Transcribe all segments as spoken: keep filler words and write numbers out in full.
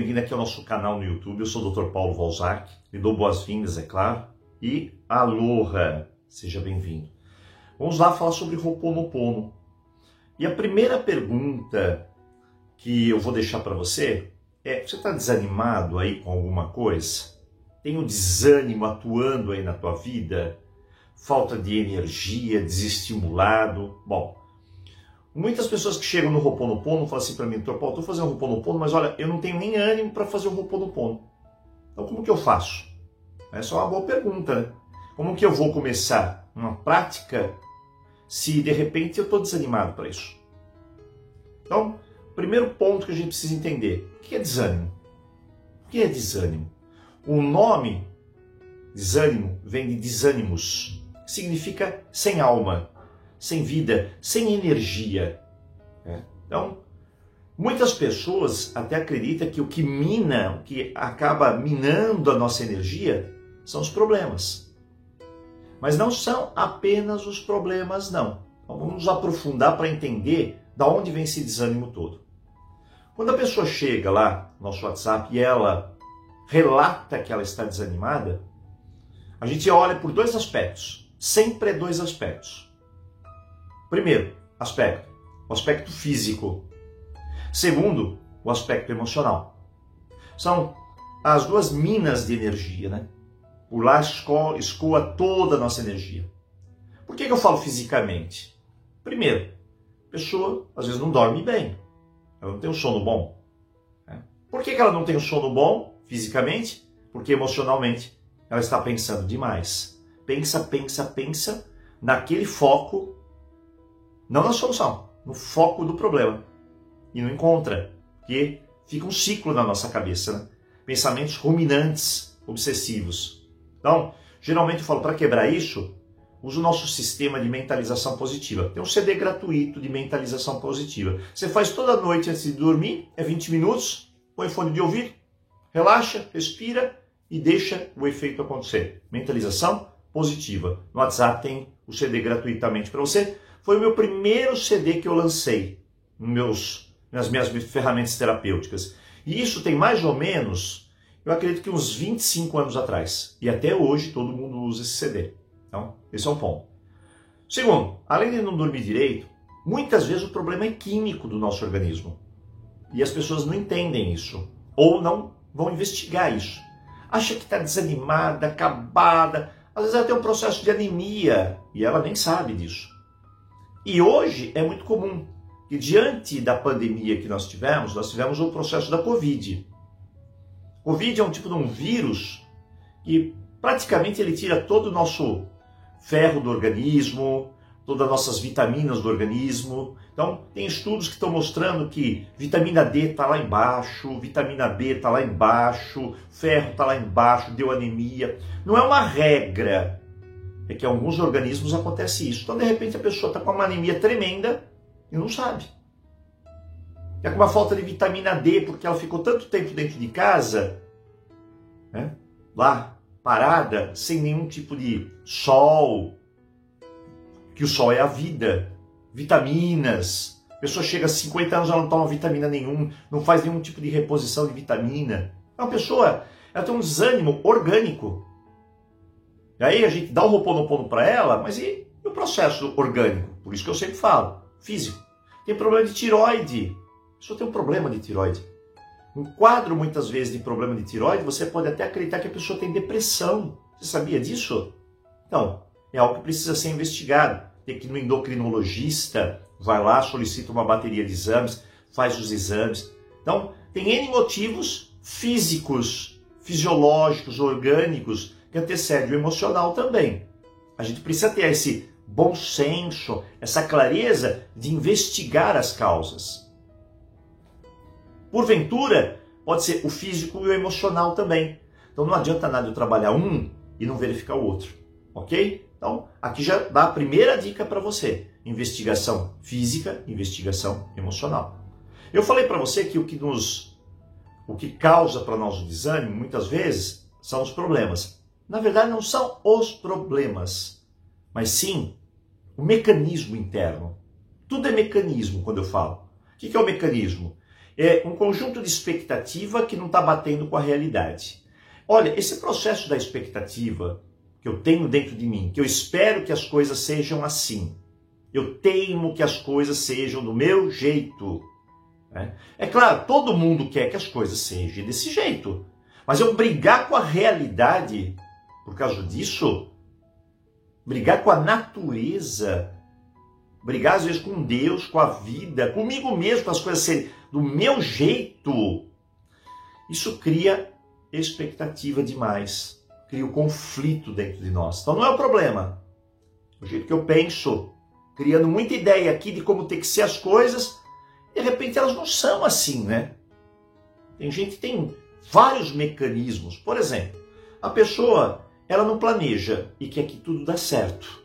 bem-vindo aqui ao nosso canal no YouTube. Eu sou o doutor Paulo Valzac, lhe dou boas-vindas, é claro. E aloha, seja bem-vindo. Vamos lá falar sobre Ho'oponopono. E a primeira pergunta que eu vou deixar para você é: você está desanimado aí com alguma coisa? Tem um desânimo atuando aí na tua vida? Falta de energia, desestimulado? Bom, muitas pessoas que chegam no Ho'oponopono falam assim para mim: doutor Paulo, estou fazendo um Ho'oponopono, mas olha, eu não tenho nem ânimo para fazer o Ho'oponopono. Então como que eu faço? Essa é uma boa pergunta, né? Como que eu vou começar uma prática se de repente eu estou desanimado para isso? Então, primeiro ponto que a gente precisa entender: o que é desânimo? O que é desânimo? O nome desânimo vem de desânimos, que significa sem alma, sem vida, sem energia. Né? Então, muitas pessoas até acreditam que o que mina, o que acaba minando a nossa energia, são os problemas. Mas não são apenas os problemas, não. Então, vamos nos aprofundar para entender de onde vem esse desânimo todo. Quando a pessoa chega lá no nosso WhatsApp e ela relata que ela está desanimada, a gente olha por dois aspectos. Sempre é dois aspectos. Primeiro aspecto, o aspecto físico. Segundo, o aspecto emocional. São as duas minas de energia, né? Por lá escoa, escoa toda a nossa energia. Por que que eu falo fisicamente? Primeiro, a pessoa às vezes não dorme bem. Ela não tem um sono bom. Né? Por que que ela não tem um sono bom fisicamente? Porque emocionalmente ela está pensando demais. Pensa, pensa, pensa naquele foco, não na solução, no foco do problema. E não encontra, porque fica um ciclo na nossa cabeça, né? Pensamentos ruminantes, obsessivos. Então, geralmente eu falo, para quebrar isso, usa o nosso sistema de mentalização positiva. Tem um C D gratuito de mentalização positiva. Você faz toda noite antes de dormir, é vinte minutos, põe o fone de ouvido, relaxa, respira e deixa o efeito acontecer. Mentalização positiva. No WhatsApp tem o C D gratuitamente para você. Foi o meu primeiro C D que eu lancei nos meus, nas minhas ferramentas terapêuticas. E isso tem mais ou menos, eu acredito que uns vinte e cinco anos atrás. E até hoje todo mundo usa esse C D. Então, esse é um ponto. Segundo, além de não dormir direito, muitas vezes o problema é químico do nosso organismo. E as pessoas não entendem isso. Ou não vão investigar isso. Acha que está desanimada, acabada. Às vezes ela tem um processo de anemia e ela nem sabe disso. E hoje é muito comum que, diante da pandemia que nós tivemos, nós tivemos o processo da Covid. Covid é um tipo de um vírus que praticamente ele tira todo o nosso ferro do organismo, todas as nossas vitaminas do organismo. Então, tem estudos que estão mostrando que vitamina D está lá embaixo, vitamina B está lá embaixo, ferro está lá embaixo, deu anemia. Não é uma regra, é que em alguns organismos acontece isso. Então, de repente, a pessoa está com uma anemia tremenda e não sabe. É com uma falta de vitamina D, porque ela ficou tanto tempo dentro de casa, né, lá, parada, sem nenhum tipo de sol, que o sol é a vida, vitaminas. A pessoa chega a cinquenta anos, ela não toma vitamina nenhum, não faz nenhum tipo de reposição de vitamina. É uma pessoa, ela tem um desânimo orgânico. E aí a gente dá o Ho'oponopono para ela, mas e, e o processo orgânico? Por isso que eu sempre falo, físico. Tem problema de tireoide. A pessoa tem um problema de tireoide. Um quadro, muitas vezes, de problema de tireoide, você pode até acreditar que a pessoa tem depressão. Você sabia disso? Então, é algo que precisa ser investigado. Tem que ir no endocrinologista, vai lá, solicita uma bateria de exames, faz os exames. Então, tem N motivos físicos, fisiológicos, orgânicos, que antecedem o emocional também. A gente precisa ter esse bom senso, essa clareza de investigar as causas. Porventura, pode ser o físico e o emocional também. Então não adianta nada eu trabalhar um e não verificar o outro, ok? Então aqui já dá a primeira dica para você. Investigação física, investigação emocional. Eu falei para você que o que nos, o que causa para nós o desânimo, muitas vezes, são os problemas. Na verdade não são os problemas, mas sim o mecanismo interno. Tudo é mecanismo quando eu falo. O que é o mecanismo? É um conjunto de expectativa que não está batendo com a realidade. Olha, esse processo da expectativa que eu tenho dentro de mim, que eu espero que as coisas sejam assim, eu teimo que as coisas sejam do meu jeito. Né? É claro, todo mundo quer que as coisas sejam desse jeito, mas eu brigar com a realidade por causa disso, brigar com a natureza, brigar às vezes com Deus, com a vida, comigo mesmo, para as coisas serem do meu jeito, isso cria expectativa demais, cria o conflito dentro de nós. Então não é o problema. O jeito que eu penso, criando muita ideia aqui de como tem que ser as coisas, de repente elas não são assim, né? Tem gente que tem vários mecanismos. Por exemplo, a pessoa, ela não planeja e quer que tudo dê certo.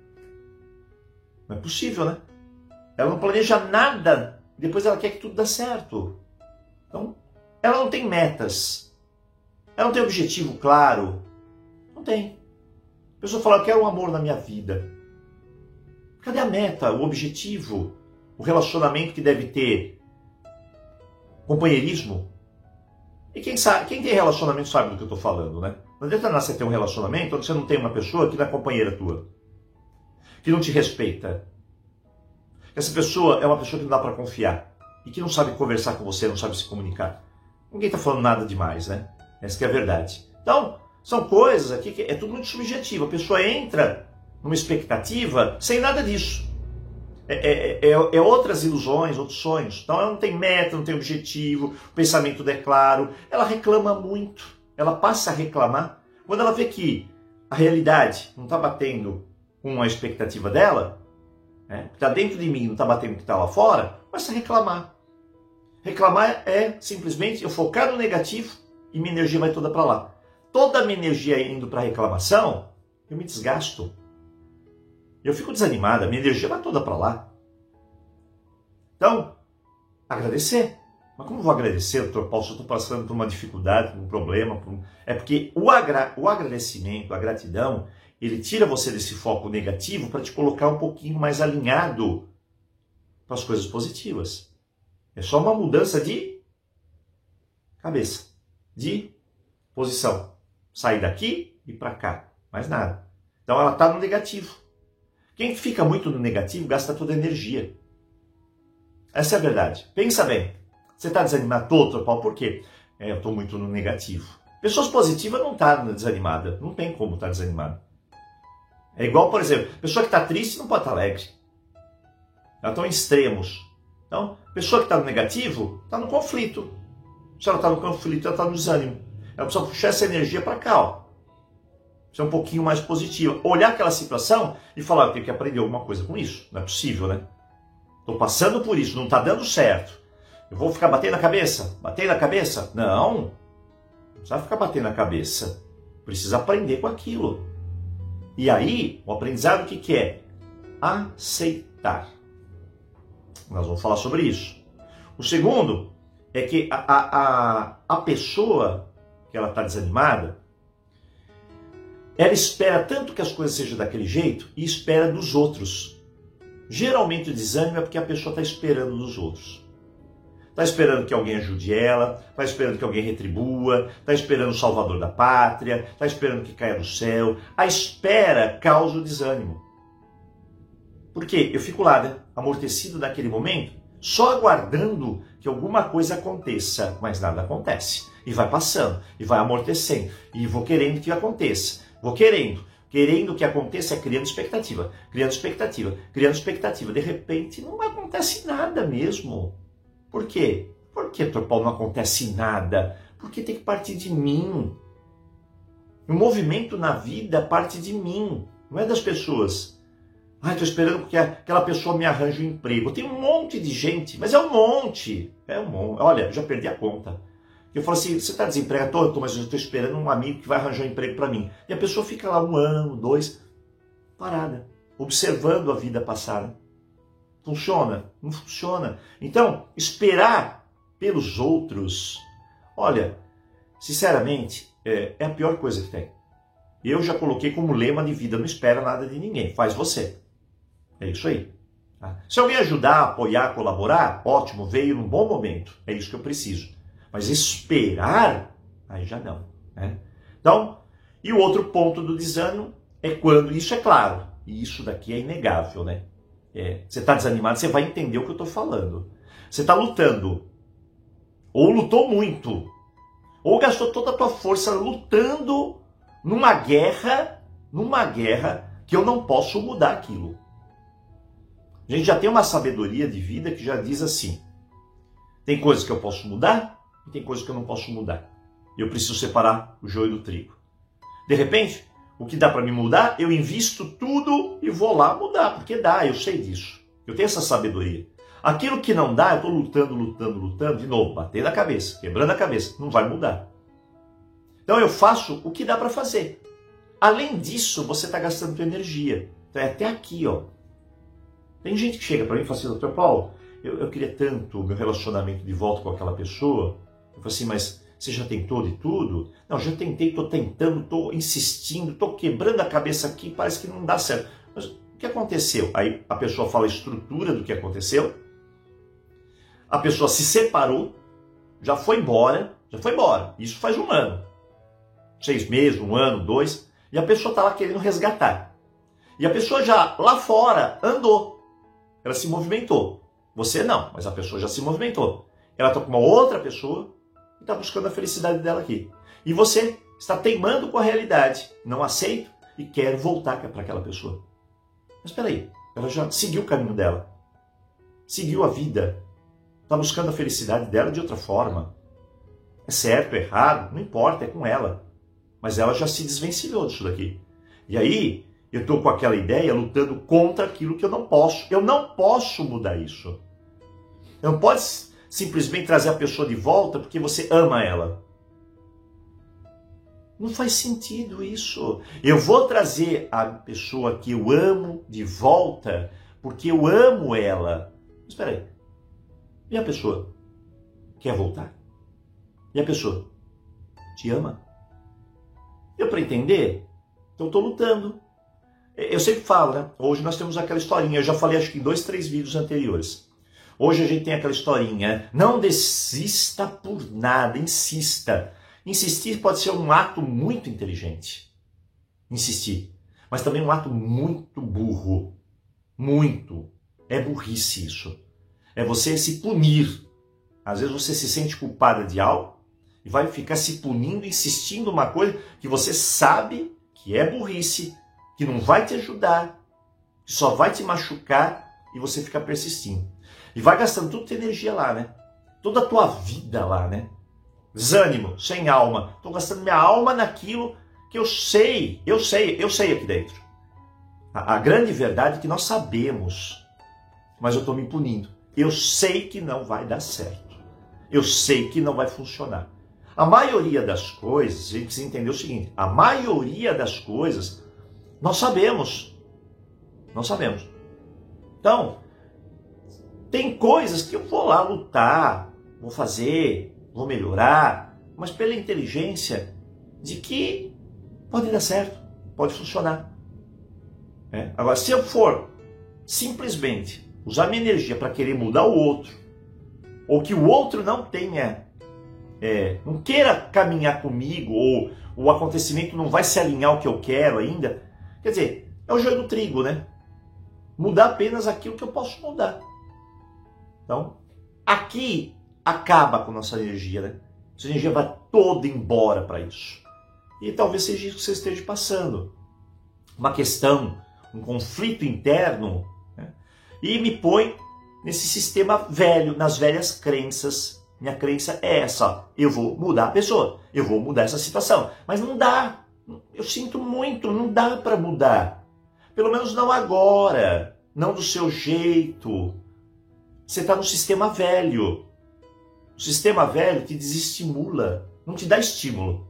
Não é possível, né? Ela não planeja nada, depois ela quer que tudo dê certo. Então, ela não tem metas. Ela não tem objetivo claro. Não tem. A pessoa fala, eu quero um amor na minha vida. Cadê a meta, o objetivo, o relacionamento que deve ter? Companheirismo? E quem, sabe, quem tem relacionamento sabe do que eu estou falando, né? Não adianta nada você ter um relacionamento onde você não tem uma pessoa que não é companheira tua, que não te respeita. Essa pessoa é uma pessoa que não dá para confiar e que não sabe conversar com você, não sabe se comunicar. Ninguém está falando nada demais, né? Essa que é a verdade. Então, são coisas aqui que é tudo muito subjetivo. A pessoa entra numa expectativa sem nada disso. É, é, é, é outras ilusões, outros sonhos. Então ela não tem meta, não tem objetivo, o pensamento não é claro. Ela reclama muito. Ela passa a reclamar. Quando ela vê que a realidade não está batendo com a expectativa dela, né, que está dentro de mim, não está batendo com o que está lá fora, começa a reclamar. Reclamar é simplesmente eu focar no negativo e minha energia vai toda para lá. Toda a minha energia indo para a reclamação, eu me desgasto. Eu fico desanimada, minha energia vai toda para lá. Então, agradecer. Mas como vou agradecer, doutor Paulo, se eu estou passando por uma dificuldade, por um problema? Por um... É porque o, agra... o agradecimento, a gratidão, ele tira você desse foco negativo para te colocar um pouquinho mais alinhado para as coisas positivas. É só uma mudança de cabeça, de posição. Sair daqui e para cá, mais nada. Então ela está no negativo. Quem fica muito no negativo gasta toda a energia. Essa é a verdade. Pensa bem. Você está desanimado todo, doutor Paulo, por quê? É, eu estou muito no negativo. Pessoas positivas não estão tá desanimadas. Não tem como estar tá desanimada. É igual, por exemplo, pessoa que está triste não pode estar tá alegre. Elas estão em extremos. Então, pessoa que está no negativo está no conflito. Se ela está no conflito, ela está no desânimo. Ela precisa puxar essa energia para cá, ó. Ser um pouquinho mais positiva. Olhar aquela situação e falar, eu tenho que aprender alguma coisa com isso. Não é possível, né? Estou passando por isso, não está dando certo. Eu vou ficar batendo na cabeça? Batendo na cabeça? Não. Não precisa ficar batendo na cabeça. Precisa aprender com aquilo. E aí, o aprendizado o que, que é? Aceitar. Nós vamos falar sobre isso. O segundo é que a, a, a, a pessoa que ela está desanimada, ela espera tanto que as coisas sejam daquele jeito e espera dos outros. Geralmente o desânimo é porque a pessoa está esperando dos outros. Está esperando que alguém ajude ela, está esperando que alguém retribua, está esperando o salvador da pátria, está esperando que caia do céu. A espera causa o desânimo. Por quê? Eu fico lá, né, amortecido naquele momento, só aguardando que alguma coisa aconteça, mas nada acontece. E vai passando, e vai amortecendo, e vou querendo que aconteça. Vou querendo, querendo que aconteça, criando expectativa, criando expectativa, criando expectativa. De repente, não acontece nada mesmo. Por quê? Por que, doutor Paulo, não acontece nada? Porque tem que partir de mim. O movimento na vida parte de mim, não é das pessoas. Ah, estou esperando que aquela pessoa me arranje um emprego. Tem um monte de gente, mas é um monte. É um monte. Olha, eu já perdi a conta. Eu falo assim, você está desempregado? Estou, mas eu estou esperando um amigo que vai arranjar um emprego para mim. E a pessoa fica lá um ano, dois, parada, observando a vida passar. Funciona? Não funciona. Então, esperar pelos outros, olha, sinceramente, é, é a pior coisa que tem. Eu já coloquei como lema de vida, não espera nada de ninguém, faz você. É isso aí. Tá? Se alguém ajudar, apoiar, colaborar, ótimo, veio num bom momento. É isso que eu preciso. Mas esperar, aí já não. Né? Então, e o outro ponto do desânimo é quando, isso é claro, e isso daqui é inegável, né? É, você está desanimado, você vai entender o que eu estou falando. Você está lutando, ou lutou muito, ou gastou toda a tua força lutando numa guerra, numa guerra que eu não posso mudar aquilo. A gente já tem uma sabedoria de vida que já diz assim, tem coisas que eu posso mudar e tem coisas que eu não posso mudar. Eu preciso separar o joio do trigo. De repente, o que dá para me mudar, eu invisto tudo e vou lá mudar, porque dá, eu sei disso. Eu tenho essa sabedoria. Aquilo que não dá, eu estou lutando, lutando, lutando, de novo, batendo a cabeça, quebrando a cabeça, não vai mudar. Então eu faço o que dá para fazer. Além disso, você está gastando sua energia. Então é até aqui, ó. Tem gente que chega para mim e fala assim, doutor Paulo, eu, eu queria tanto o meu relacionamento de volta com aquela pessoa. Eu falo assim, mas você já tentou de tudo? Não, já tentei, estou tentando, estou insistindo, estou quebrando a cabeça aqui, parece que não dá certo. Mas o que aconteceu? Aí a pessoa fala a estrutura do que aconteceu. A pessoa se separou, já foi embora, já foi embora. Isso faz um ano. Seis meses, um ano, dois. E a pessoa está lá querendo resgatar. E a pessoa já lá fora andou. Ela se movimentou. Você não, mas a pessoa já se movimentou. Ela está com uma outra pessoa e está buscando a felicidade dela aqui. E você está teimando com a realidade. Não aceita e quer voltar para aquela pessoa. Mas espera aí, ela já seguiu o caminho dela. Seguiu a vida. Está buscando a felicidade dela de outra forma. É certo, é errado, não importa, é com ela. Mas ela já se desvencilhou disso daqui. E aí, eu estou com aquela ideia lutando contra aquilo que eu não posso. Eu não posso mudar isso. Eu não pode simplesmente trazer a pessoa de volta porque você ama ela. Não faz sentido isso. Eu vou trazer a pessoa que eu amo de volta porque eu amo ela. Mas espera aí. E a pessoa quer voltar? E a pessoa te ama? Deu para entender? Então eu estou lutando. Eu sempre falo, né? Hoje nós temos aquela historinha, eu já falei acho que em dois, três vídeos anteriores. Hoje a gente tem aquela historinha, não desista por nada, insista. Insistir pode ser um ato muito inteligente. Insistir. Mas também um ato muito burro. Muito. É burrice isso. É você se punir. Às vezes você se sente culpada de algo e vai ficar se punindo, insistindo uma coisa que você sabe que é burrice, que não vai te ajudar, que só vai te machucar e você fica persistindo. E vai gastando toda a tua energia lá, né? Toda a tua vida lá, né? Desânimo, sem alma. Estou gastando minha alma naquilo que eu sei, eu sei, eu sei aqui dentro. A, a grande verdade é que nós sabemos, mas eu estou me punindo. Eu sei que não vai dar certo. Eu sei que não vai funcionar. A maioria das coisas, a gente precisa entender o seguinte, a maioria das coisas nós sabemos. Nós sabemos. Então, tem coisas que eu vou lá lutar, vou fazer, vou melhorar, mas pela inteligência de que pode dar certo, pode funcionar. É? Agora, se eu for simplesmente usar minha energia para querer mudar o outro, ou que o outro não tenha, é, não queira caminhar comigo, ou o acontecimento não vai se alinhar ao que eu quero ainda, quer dizer, é o joio do trigo, né? Mudar apenas aquilo que eu posso mudar. Então, aqui acaba com a nossa energia, né? Essa energia vai toda embora para isso. E talvez seja isso que você esteja passando. Uma questão, um conflito interno, né? E me põe nesse sistema velho, nas velhas crenças. Minha crença é essa, ó, eu vou mudar a pessoa, eu vou mudar essa situação. Mas não dá, eu sinto muito, não dá para mudar. Pelo menos não agora, não do seu jeito. Você está no sistema velho. O sistema velho te desestimula, não te dá estímulo.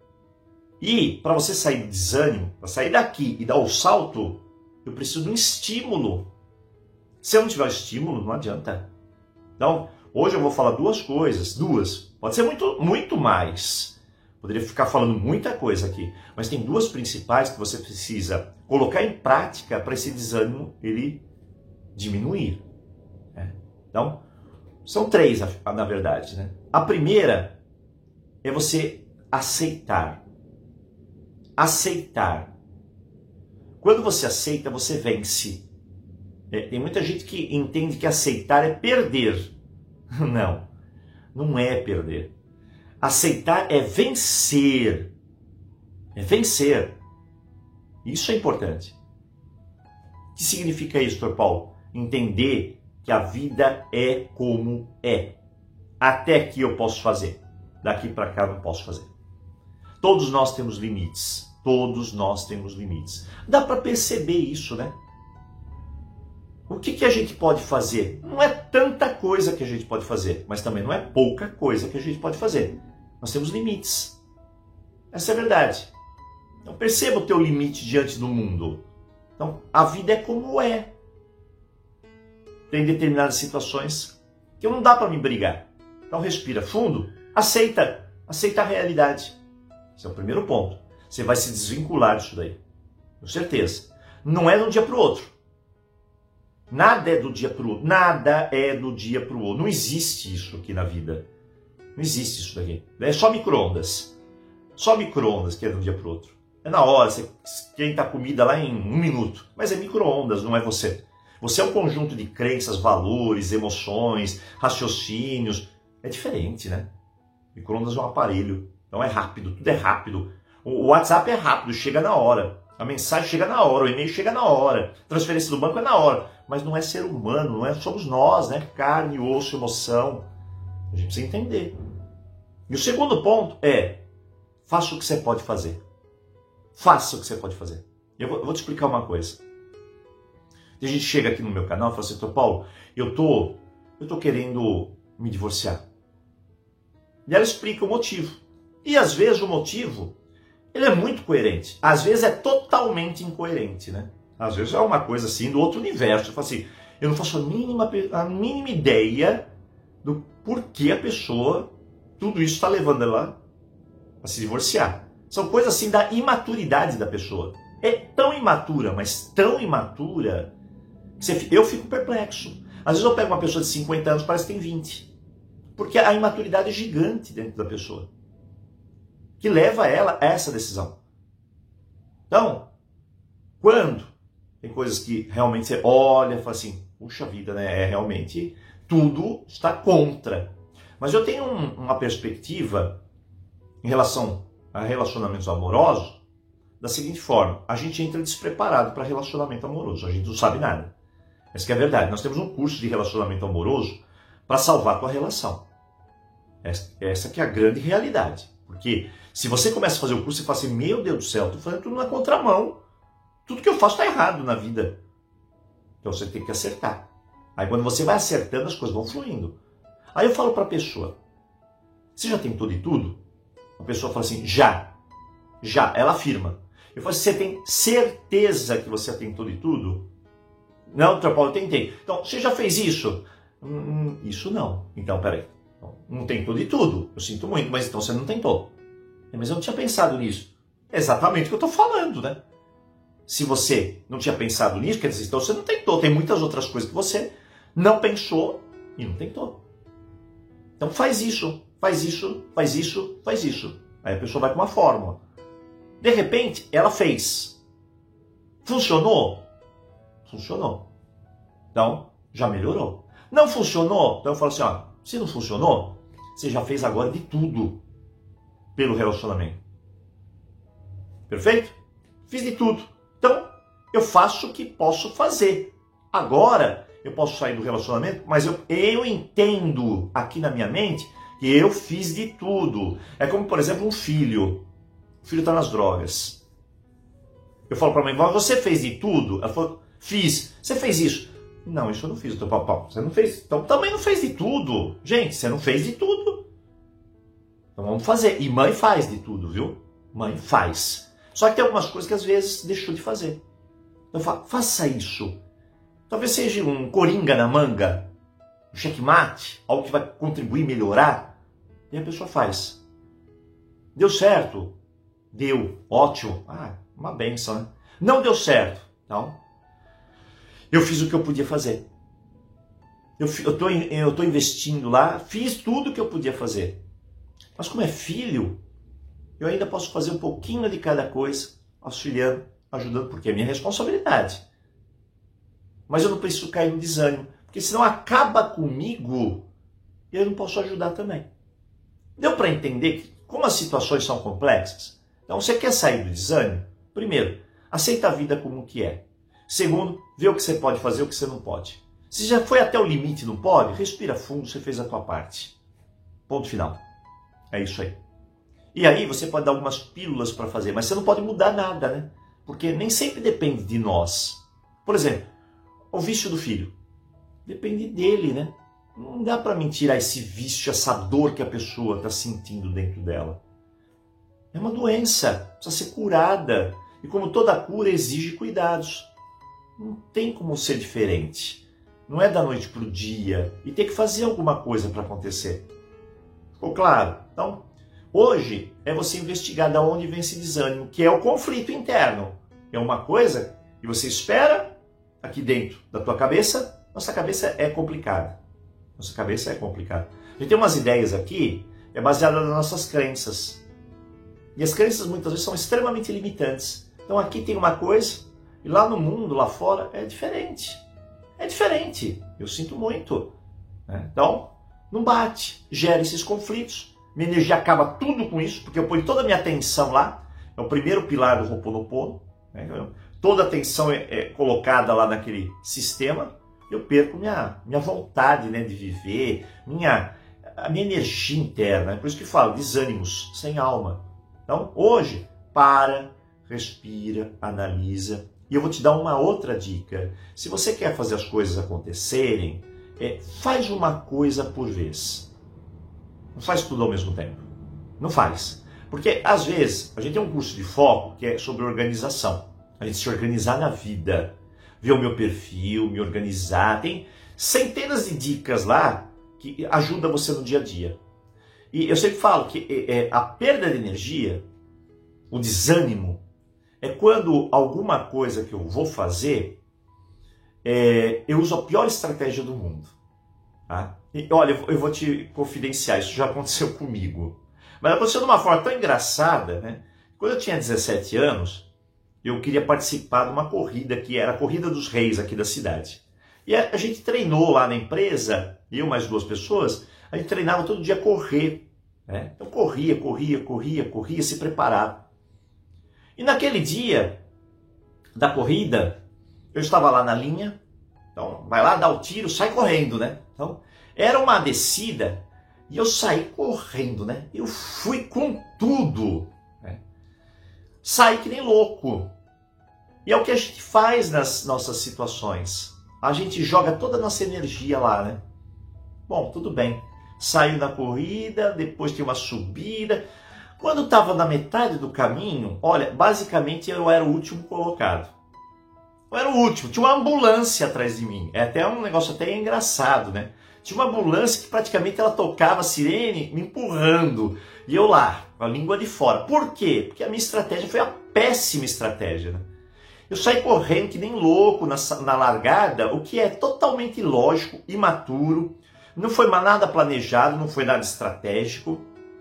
E para você sair do desânimo, para sair daqui e dar o salto, eu preciso de um estímulo. Se eu não tiver estímulo, não adianta. Então, hoje eu vou falar duas coisas, duas. Pode ser muito, muito mais. Poderia ficar falando muita coisa aqui, mas tem duas principais que você precisa colocar em prática para esse desânimo ele diminuir. Né? Então, são três, na verdade. Né? A primeira é você aceitar. Aceitar. Quando você aceita, você vence. É, tem muita gente que entende que aceitar é perder. Não, não é perder. Aceitar é vencer. É vencer. Isso é importante. O que significa isso, doutor Paulo? Entender que a vida é como é. Até aqui eu posso fazer. Daqui para cá eu não posso fazer. Todos nós temos limites. Todos nós temos limites. Dá para perceber isso, né? O que, que a gente pode fazer? Não é tanta coisa que a gente pode fazer, mas também não é pouca coisa que a gente pode fazer. Nós temos limites. Essa é a verdade. Então perceba o teu limite diante do mundo. Então a vida é como é. Tem determinadas situações que não dá para me brigar. Então respira fundo, aceita, aceita a realidade. Esse é o primeiro ponto. Você vai se desvincular disso daí. Com certeza. Não é de um dia para o outro. Nada é do dia para o outro. Nada é do dia para o outro. Não existe isso aqui na vida. Não existe isso daqui. É só micro-ondas. Só micro-ondas que é de um dia para o outro. É na hora, você esquenta a comida lá em um minuto. Mas é micro-ondas, não é você. Você é um conjunto de crenças, valores, emoções, raciocínios. É diferente, né? Micro-ondas é um aparelho. Então é rápido, tudo é rápido. O WhatsApp é rápido, chega na hora. A mensagem chega na hora, o e-mail chega na hora. A transferência do banco é na hora. Mas não é ser humano, não é, somos nós, né? Carne, osso, emoção. A gente precisa entender. E o segundo ponto é, faça o que você pode fazer. Faça o que você pode fazer. Eu vou, eu vou te explicar uma coisa. Tem gente que chega aqui no meu canal e fala assim, doutor Paulo, eu tô, eu tô querendo me divorciar. E ela explica o motivo. E às vezes o motivo, ele é muito coerente. Às vezes é totalmente incoerente, né? Às vezes é uma coisa assim do outro universo. Eu falo assim, eu não faço a mínima, a mínima ideia do porquê a pessoa, tudo isso está levando ela a se divorciar. São coisas assim da imaturidade da pessoa. É tão imatura, mas tão imatura, que você, eu fico perplexo. Às vezes eu pego uma pessoa de cinquenta anos, parece que tem vinte. Porque a imaturidade é gigante dentro da pessoa, que leva ela a essa decisão. Então, quando tem coisas que realmente você olha e fala assim, puxa vida, né? É realmente tudo está contra. Mas eu tenho um, uma perspectiva em relação a relacionamentos amorosos da seguinte forma: a gente entra despreparado para relacionamento amoroso, a gente não sabe nada. Essa que é a verdade. Nós temos um curso de relacionamento amoroso para salvar a tua relação. Essa, essa que é a grande realidade. Porque se você começa a fazer o curso e fala assim, meu Deus do céu, estou fazendo tudo na contramão. Tudo que eu faço está errado na vida. Então você tem que acertar. Aí quando você vai acertando, as coisas vão fluindo. Aí eu falo para a pessoa, você já tentou de tudo? A pessoa fala assim, já. Já. Ela afirma. Eu falo assim, você tem certeza que você já tentou de tudo? Não, doutor Paulo, eu tentei. Então, você já fez isso? Hum, isso não. Então, peraí. Não tentou de tudo. Eu sinto muito, mas então você não tentou. Mas eu não tinha pensado nisso. É exatamente o que eu estou falando, né? Se você não tinha pensado nisso, quer dizer, então você não tentou. Tem muitas outras coisas que você não pensou e não tentou. Então faz isso, faz isso, faz isso, faz isso. Aí a pessoa vai com uma fórmula. De repente, ela fez. Funcionou? Funcionou. Então, já melhorou. Não funcionou? Então eu falo assim, ó, se não funcionou, você já fez agora de tudo pelo relacionamento. Perfeito? Fiz de tudo. Então, eu faço o que posso fazer. Agora, eu posso sair do relacionamento, mas eu, eu entendo aqui na minha mente que eu fiz de tudo. É como, por exemplo, um filho. O filho está nas drogas. Eu falo para a mãe, você fez de tudo? Ela falou, fiz. Você fez isso? Não, isso eu não fiz, doutor Paulo. Você não fez. Então também não fez de tudo. Gente, você não fez de tudo. Então vamos fazer. E mãe faz de tudo, viu? Mãe faz. Só que tem algumas coisas que às vezes deixou de fazer. Então falo, faça isso. Talvez seja um coringa na manga, um checkmate, algo que vai contribuir, melhorar. E a pessoa faz. Deu certo? Deu. Ótimo. Ah, uma benção, né? Não deu certo. Então, Eu fiz o que eu podia fazer. Eu estou eu tô investindo lá, fiz tudo o que eu podia fazer. Mas como é filho, eu ainda posso fazer um pouquinho de cada coisa, auxiliando, ajudando, porque é minha responsabilidade. Mas eu não preciso cair no desânimo, porque senão acaba comigo e eu não posso ajudar também. Deu para entender que, como as situações são complexas? Então, você quer sair do desânimo? Primeiro, aceita a vida como que é. Segundo, vê o que você pode fazer e o que você não pode. Se já foi até o limite e não pode, respira fundo, você fez a tua parte. Ponto final. É isso aí. E aí você pode dar algumas pílulas para fazer, mas você não pode mudar nada, né? Porque nem sempre depende de nós. Por exemplo, o vício do filho. Depende dele, né? Não dá para mim tirar esse vício, essa dor que a pessoa está sentindo dentro dela. É uma doença, precisa ser curada. E como toda cura, exige cuidados. Não tem como ser diferente. Não é da noite para o dia. E tem que fazer alguma coisa para acontecer. Ficou claro? Então, hoje é você investigar de onde vem esse desânimo, que é o conflito interno. É uma coisa que você espera aqui dentro da tua cabeça. Nossa cabeça é complicada. Nossa cabeça é complicada. A gente tem umas ideias aqui, é baseada nas nossas crenças. E as crenças muitas vezes são extremamente limitantes. Então aqui tem uma coisa, e lá no mundo, lá fora, é diferente. É diferente. Eu sinto muito. Né? Então, não bate. Gera esses conflitos. Minha energia acaba tudo com isso, porque eu ponho toda a minha atenção lá. É o primeiro pilar do Ho'oponopono. Né? Toda a atenção é, é colocada lá naquele sistema. Eu perco minha, minha vontade, né, de viver, minha, a minha energia interna. É por isso que falo, desânimos sem alma. Então, hoje, para, respira, analisa. E eu vou te dar uma outra dica. Se você quer fazer as coisas acontecerem, é, faz uma coisa por vez. Não faz tudo ao mesmo tempo. Não faz. Porque, às vezes, a gente tem um curso de foco que é sobre organização. A gente se organizar na vida. Ver o meu perfil, me organizar. Tem centenas de dicas lá que ajudam você no dia a dia. E eu sempre falo que é, a perda de energia, o desânimo, é quando alguma coisa que eu vou fazer, é, eu uso a pior estratégia do mundo. Tá? E, olha, eu vou te confidenciar, isso já aconteceu comigo. Mas aconteceu de uma forma tão engraçada, né? Quando eu tinha dezessete anos, eu queria participar de uma corrida que era a Corrida dos Reis aqui da cidade. E a, a gente treinou lá na empresa, eu mais duas pessoas, a gente treinava todo dia a correr. Né? Então corria, corria, corria, corria, se preparava. E naquele dia da corrida, eu estava lá na linha, então vai lá, dá o tiro, sai correndo, né? Então era uma descida e eu saí correndo, né? Eu fui com tudo, né? Saí que nem louco. E é o que a gente faz nas nossas situações. A gente joga toda a nossa energia lá, né? Bom, tudo bem. Saiu da corrida, depois tem uma subida. Quando estava na metade do caminho, olha, basicamente eu era o último colocado. Eu era o último. Tinha uma ambulância atrás de mim. É até um negócio até engraçado, né? Tinha uma ambulância que praticamente ela tocava a sirene me empurrando. E eu lá, com a língua de fora. Por quê? Porque a minha estratégia foi a péssima estratégia, né? Eu saí correndo que nem louco na, na largada, o que é totalmente ilógico, imaturo, não foi nada planejado, não foi nada estratégico.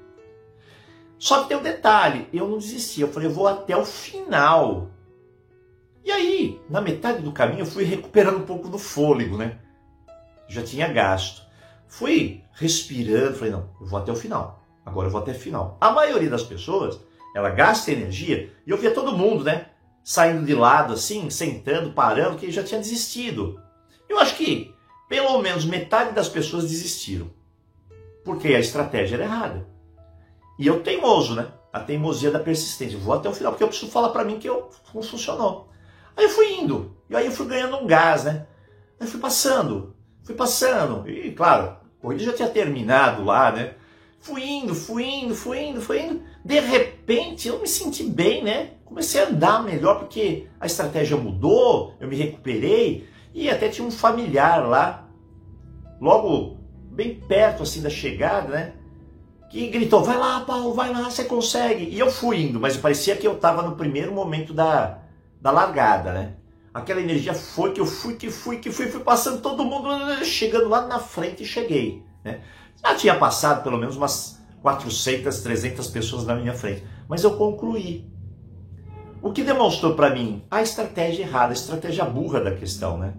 Só que tem um detalhe, eu não desisti, eu falei, eu vou até o final. E aí, na metade do caminho, eu fui recuperando um pouco do fôlego, né? Já tinha gasto. Fui respirando, falei, não, eu vou até o final. Agora eu vou até o final. A maioria das pessoas, ela gasta energia, e eu via todo mundo, né? Saindo de lado assim, sentando, parando, que já tinha desistido. Eu acho que pelo menos metade das pessoas desistiram. Porque a estratégia era errada. E eu teimoso, né? A teimosia da persistência. Eu vou até o final, porque eu preciso falar para mim que eu, não funcionou. Aí eu fui indo. E aí eu fui ganhando um gás, né? Aí fui passando. Fui passando. E claro, a corrida já tinha terminado lá, né? Fui indo, fui indo, fui indo, fui indo. De repente eu me senti bem, né? Comecei a andar melhor porque a estratégia mudou, eu me recuperei. E até tinha um familiar lá, logo bem perto assim da chegada, né? Que gritou, vai lá, Paulo, vai lá, você consegue. E eu fui indo, mas parecia que eu estava no primeiro momento da, da largada, né? aquela energia foi que eu fui, que fui, que fui, fui passando todo mundo, chegando lá na frente e cheguei. Né? Já tinha passado pelo menos umas quatrocentas, trezentas pessoas na minha frente, mas eu concluí. O que demonstrou para mim a estratégia errada, a estratégia burra da questão, né?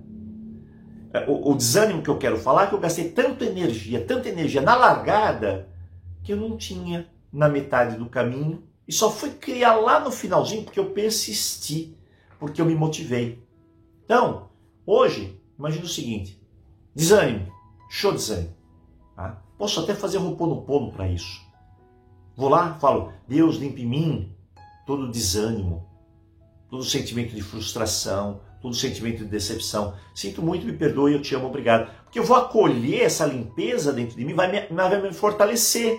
O, o desânimo que eu quero falar é que eu gastei tanta energia, tanta energia na largada, que eu não tinha na metade do caminho e só fui criar lá no finalzinho porque eu persisti, porque eu me motivei. Então, hoje, imagina o seguinte, desânimo, show de desânimo. Tá? Posso até fazer Ho'oponopono para isso. Vou lá, falo, Deus limpa em mim todo desânimo, todo sentimento de frustração, todo sentimento de decepção. Sinto muito, me perdoe, eu te amo, obrigado. Porque eu vou acolher essa limpeza dentro de mim, vai me, vai me fortalecer.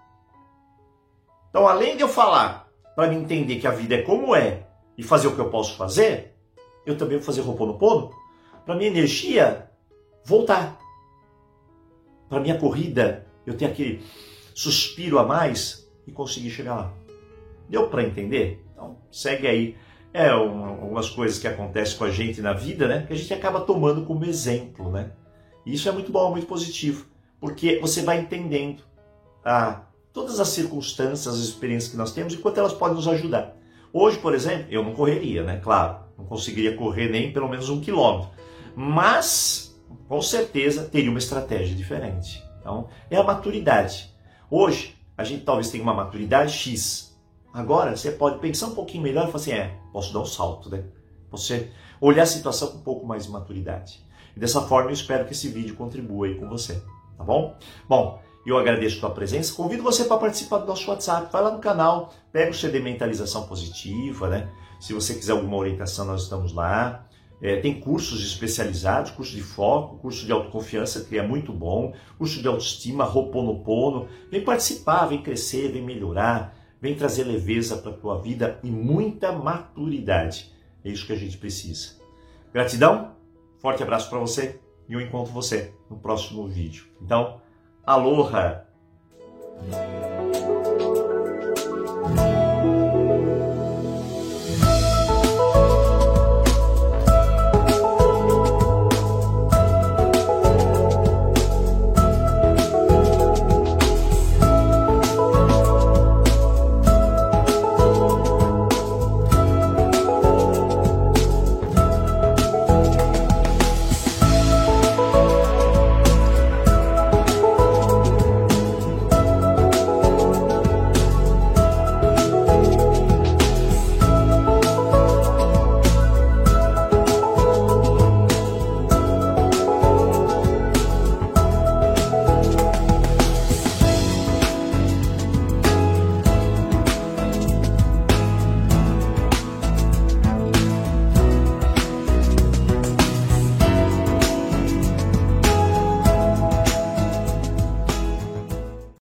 Então, além de eu falar, para me entender que a vida é como é, e fazer o que eu posso fazer, eu também vou fazer Ho'oponopono, para minha energia voltar. Para minha corrida, eu ter aquele suspiro a mais e conseguir chegar lá. Deu para entender? Então, segue aí. É uma, algumas coisas que acontecem com a gente na vida, né? Que a gente acaba tomando como exemplo, né? E isso é muito bom, muito positivo. Porque você vai entendendo ah, todas as circunstâncias, as experiências que nós temos e quanto elas podem nos ajudar. Hoje, por exemplo, eu não correria, né? Claro, não conseguiria correr nem pelo menos um quilômetro. Mas, com certeza, teria uma estratégia diferente. Então, é a maturidade. Hoje, a gente talvez tenha uma maturidade X. Agora, você pode pensar um pouquinho melhor e falar assim, é, posso dar um salto, né? Você olhar a situação com um pouco mais de maturidade. E dessa forma, eu espero que esse vídeo contribua aí com você, tá bom? Bom, eu agradeço a tua presença, convido você para participar do nosso WhatsApp, vai lá no canal, pega o C D Mentalização Positiva, né? Se você quiser alguma orientação, nós estamos lá. É, tem cursos especializados, curso de foco, curso de autoconfiança, que é muito bom, curso de autoestima, Ho'oponopono. Vem participar, vem crescer, vem melhorar, vem trazer leveza para a tua vida e muita maturidade. É isso que a gente precisa. Gratidão, forte abraço para você e eu encontro você no próximo vídeo. Então, aloha!